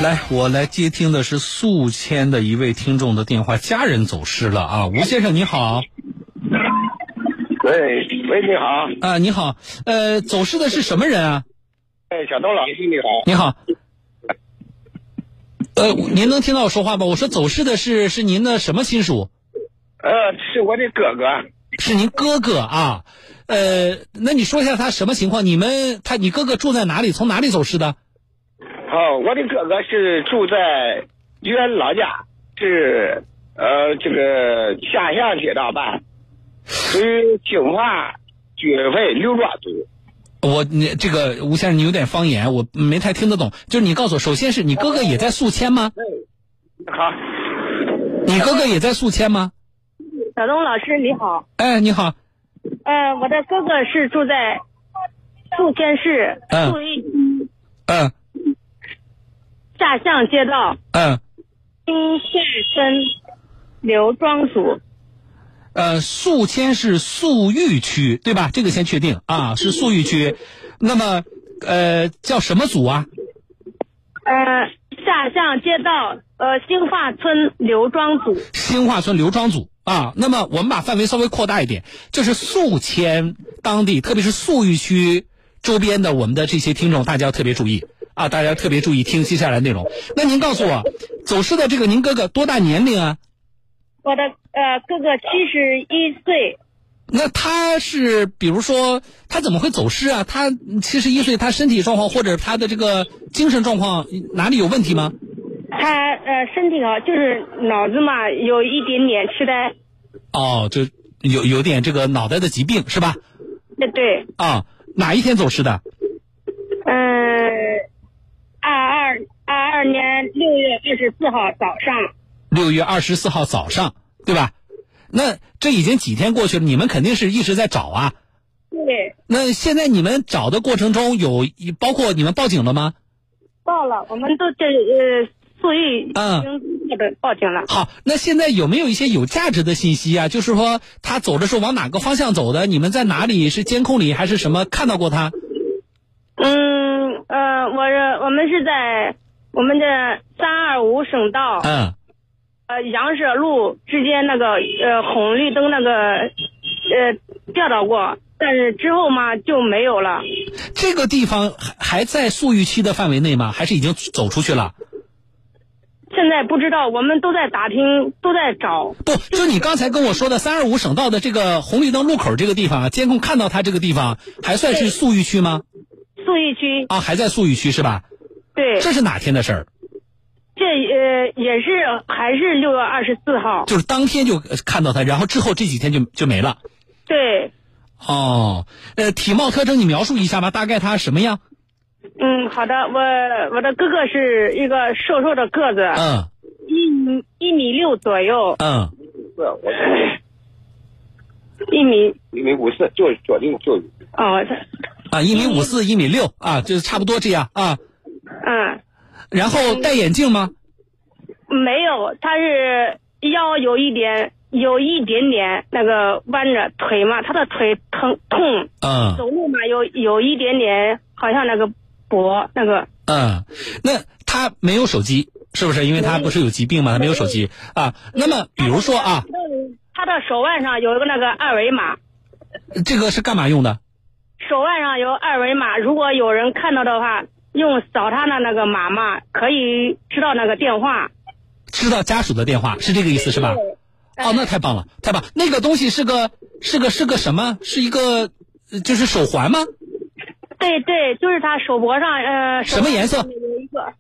来，我来接听的是宿迁的一位听众的电话，家人走失了啊。吴先生你好。 喂，你好。 啊，你好。走失的是什么人啊？ 小东老师你好。 你好。您能听到我说话吗？我说走失的是您的什么亲属？ 是我的哥哥。 是您哥哥啊。那你说一下他什么情况？你哥哥住在哪里？从哪里走失的？ 我的哥哥是住在原老家，是这个下乡街道办，属于兴化居委会刘庄组。 你这个吴先生，你有点方言，我没太听得懂。就是你告诉我，首先是你哥哥也在宿迁吗？ 好。 你哥哥也在宿迁吗？ 小东老师你好。 哎，你好。 我的哥哥是住在宿迁市宿义区下巷街道金县村刘庄组。 宿迁是宿裕区对吧？这个先确定啊，是宿裕区。那么叫什么组啊？ 下巷街道兴化村刘庄组。 兴化村刘庄组啊。那么我们把范围稍微扩大一点，就是宿迁当地，特别是宿裕区周边的我们的这些听众，大家要特别注意啊，大家特别注意听接下来内容。那您告诉我，走失的这个您哥哥多大年龄啊？ 我的哥哥71岁。 那他是比如说他怎么会走失啊？他71岁，他身体状况或者他的这个精神状况哪里有问题吗？ 他身体好，就是脑子嘛有一点点痴呆。 哦，就有点这个脑袋的疾病是吧？ 对。 啊，哪一天走失的 ？22年6月24号早上。 6月24号早上，对吧？那这已经几天过去了，你们肯定是一直在找啊。 对。 那现在你们找的过程中包括你们报警了吗？ 报了，我们都宿义已经报警了。 好，那现在有没有一些有价值的信息啊？就是说他走的时候往哪个方向走的？你们在哪里？是监控里还是什么看到过他？ 我们是在我们的325省道杨舍路之间那个红绿灯那个调到过，但是之后嘛就没有了。 这个地方还在宿裕区的范围内吗？还是已经走出去了？ 现在不知道，我们都在打听，都在找。 不，就你刚才跟我说的325省道的这个红绿灯路口这个地方，监控看到他这个地方还算是宿裕区吗？ 宿裕区啊，还在宿裕区是吧？ 对。 这是哪天的事儿？ 这也是还是6月24号。就是当天就看到他，然后之后这几天就没了。 对。 哦，体貌特征你描述一下吧，大概他什么样？ 好的，我的哥哥是一个瘦瘦的个子，1.6米左右。 1.54米，就左近就。 1.54米1.6米啊，就是差不多这样啊。然后戴眼镜吗？ 没有，他是腰有一点那个弯着，腿嘛，他的腿痛。走路嘛有一点点，好像那个跛那个。 那他没有手机是不是？因为他不是有疾病吗？他没有手机啊。那么比如说啊， 他的手腕上有一个那个二维码。 这个是干嘛用的？ 手腕上有二维码，如果有人看到的话，用扫他的那个码嘛，可以知道那个电话， 知道家属的电话，是这个意思是吧？哦，那太棒了，太棒！那个东西是个什么？是一个就是手环吗？ 对，就是他手脖上什么颜色？ 有一个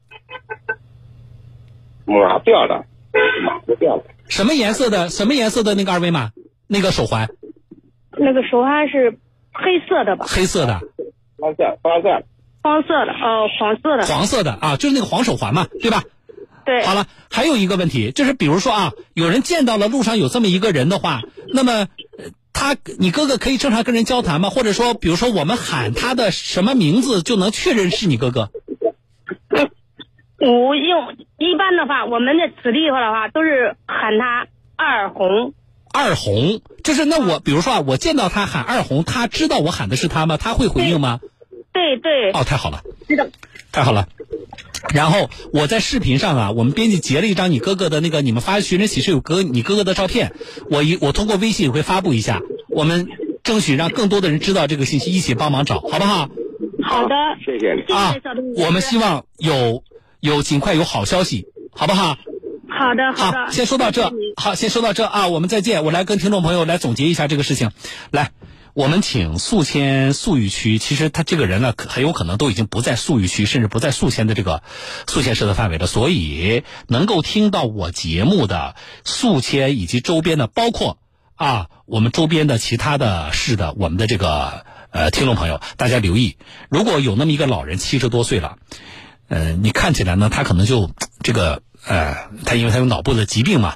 码掉了。 什么颜色的那个二维码？那个手环？ 那个手环是黑色的吧？ 黑色的。 黄色的。 黄色的啊，就是那个黄手环嘛，对吧？ 对。 好了，还有一个问题，就是比如说啊，有人见到了路上有这么一个人的话，那么你哥哥可以正常跟人交谈吗？或者说，比如说我们喊他的什么名字就能确认是你哥哥？ 一般的话，我们的此地的话都是喊他二红。 二红，就是那我比如说啊，我见到他喊二红，他知道我喊的是他吗？他会回应吗？ 对。 哦，太好了， 是的， 太好了。 然后我在视频上啊，我们编辑截了一张你哥哥的那个，你们发寻人启事有你哥哥的照片，我通过微信会发布一下，我们争取让更多的人知道这个信息，一起帮忙找，好不好？ 好的， 谢谢你啊，我们希望有尽快有好消息，好不好？ 好的， 好，先说到这，啊，我们再见。我来跟听众朋友来总结一下这个事情，来。我们请宿迁宿豫区，其实他这个人呢，很有可能都已经不在宿豫区，甚至不在宿迁的这个宿迁市的范围了。所以能够听到我节目的宿迁以及周边的，包括我们周边的其他的市的我们的这个听众朋友，大家留意，如果有那么一个老人70多岁了，你看起来呢，他可能就这个他因为他有脑部的疾病嘛，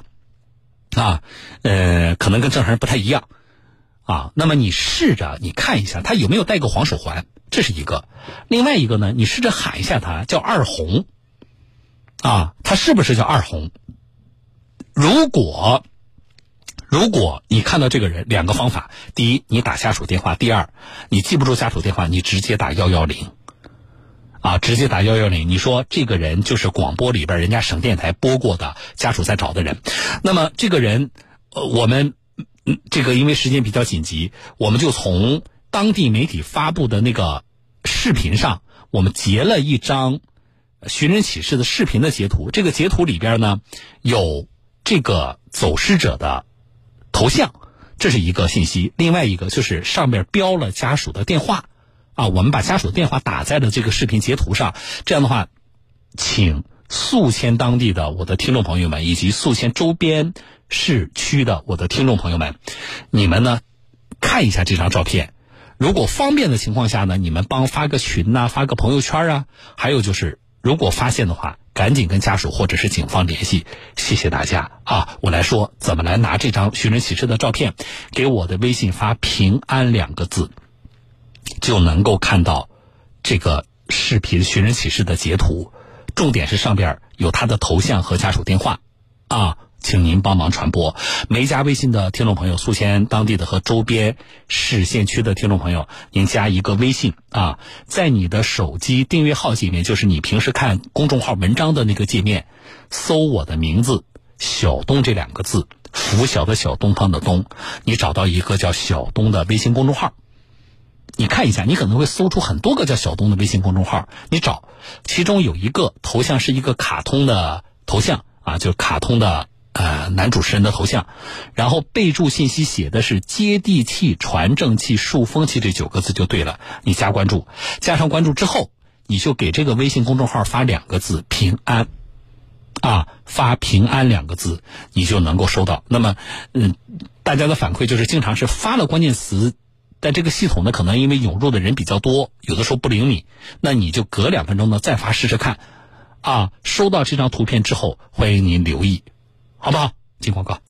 可能跟正常人不太一样。那么你试着你看一下他有没有戴个黄手环，这是一个。另外一个呢，你试着喊一下他叫二红，他是不是叫二红？如果你看到这个人，两个方法：第一，你打家属电话；第二，你记不住家属电话，你直接打110，直接打110。你说这个人就是广播里边人家省电台播过的家属在找的人，那么这个人，我们。这个因为时间比较紧急，我们就从当地媒体发布的那个视频上，我们截了一张寻人启事的视频的截图。这个截图里边呢，有这个走失者的头像，这是一个信息。另外一个就是上面标了家属的电话，我们把家属的电话打在了这个视频截图上。这样的话，请宿迁当地的我的听众朋友们，以及宿迁周边市区的我的听众朋友们，你们呢看一下这张照片，如果方便的情况下呢，你们帮发个群发个朋友圈还有就是如果发现的话，赶紧跟家属或者是警方联系。谢谢大家我来说怎么来拿这张寻人启事的照片，给我的微信发平安2个字，就能够看到这个视频寻人启事的截图，重点是上边有他的头像和家属电话请您帮忙传播。没加微信的听众朋友，宿迁当地的和周边市县区的听众朋友，您加一个微信在你的手机订阅号界面，就是你平时看公众号文章的那个界面，搜我的名字小东这2个字，拂晓的小，东方的东，你找到一个叫小东的微信公众号，你看一下，你可能会搜出很多个叫小东的微信公众号，你找，其中有一个头像是一个卡通的头像就是卡通的男主持人的头像，然后备注信息写的是接地气、传正气、树风气这9个字就对了。你加关注，加上关注之后，你就给这个微信公众号发2个字平安发平安2个字，你就能够收到。那么大家的反馈就是经常是发了关键词，但这个系统呢可能因为涌入的人比较多，有的时候不灵敏，那你就隔2分钟呢再发试试看收到这张图片之后，欢迎您留意，好不好？进广告。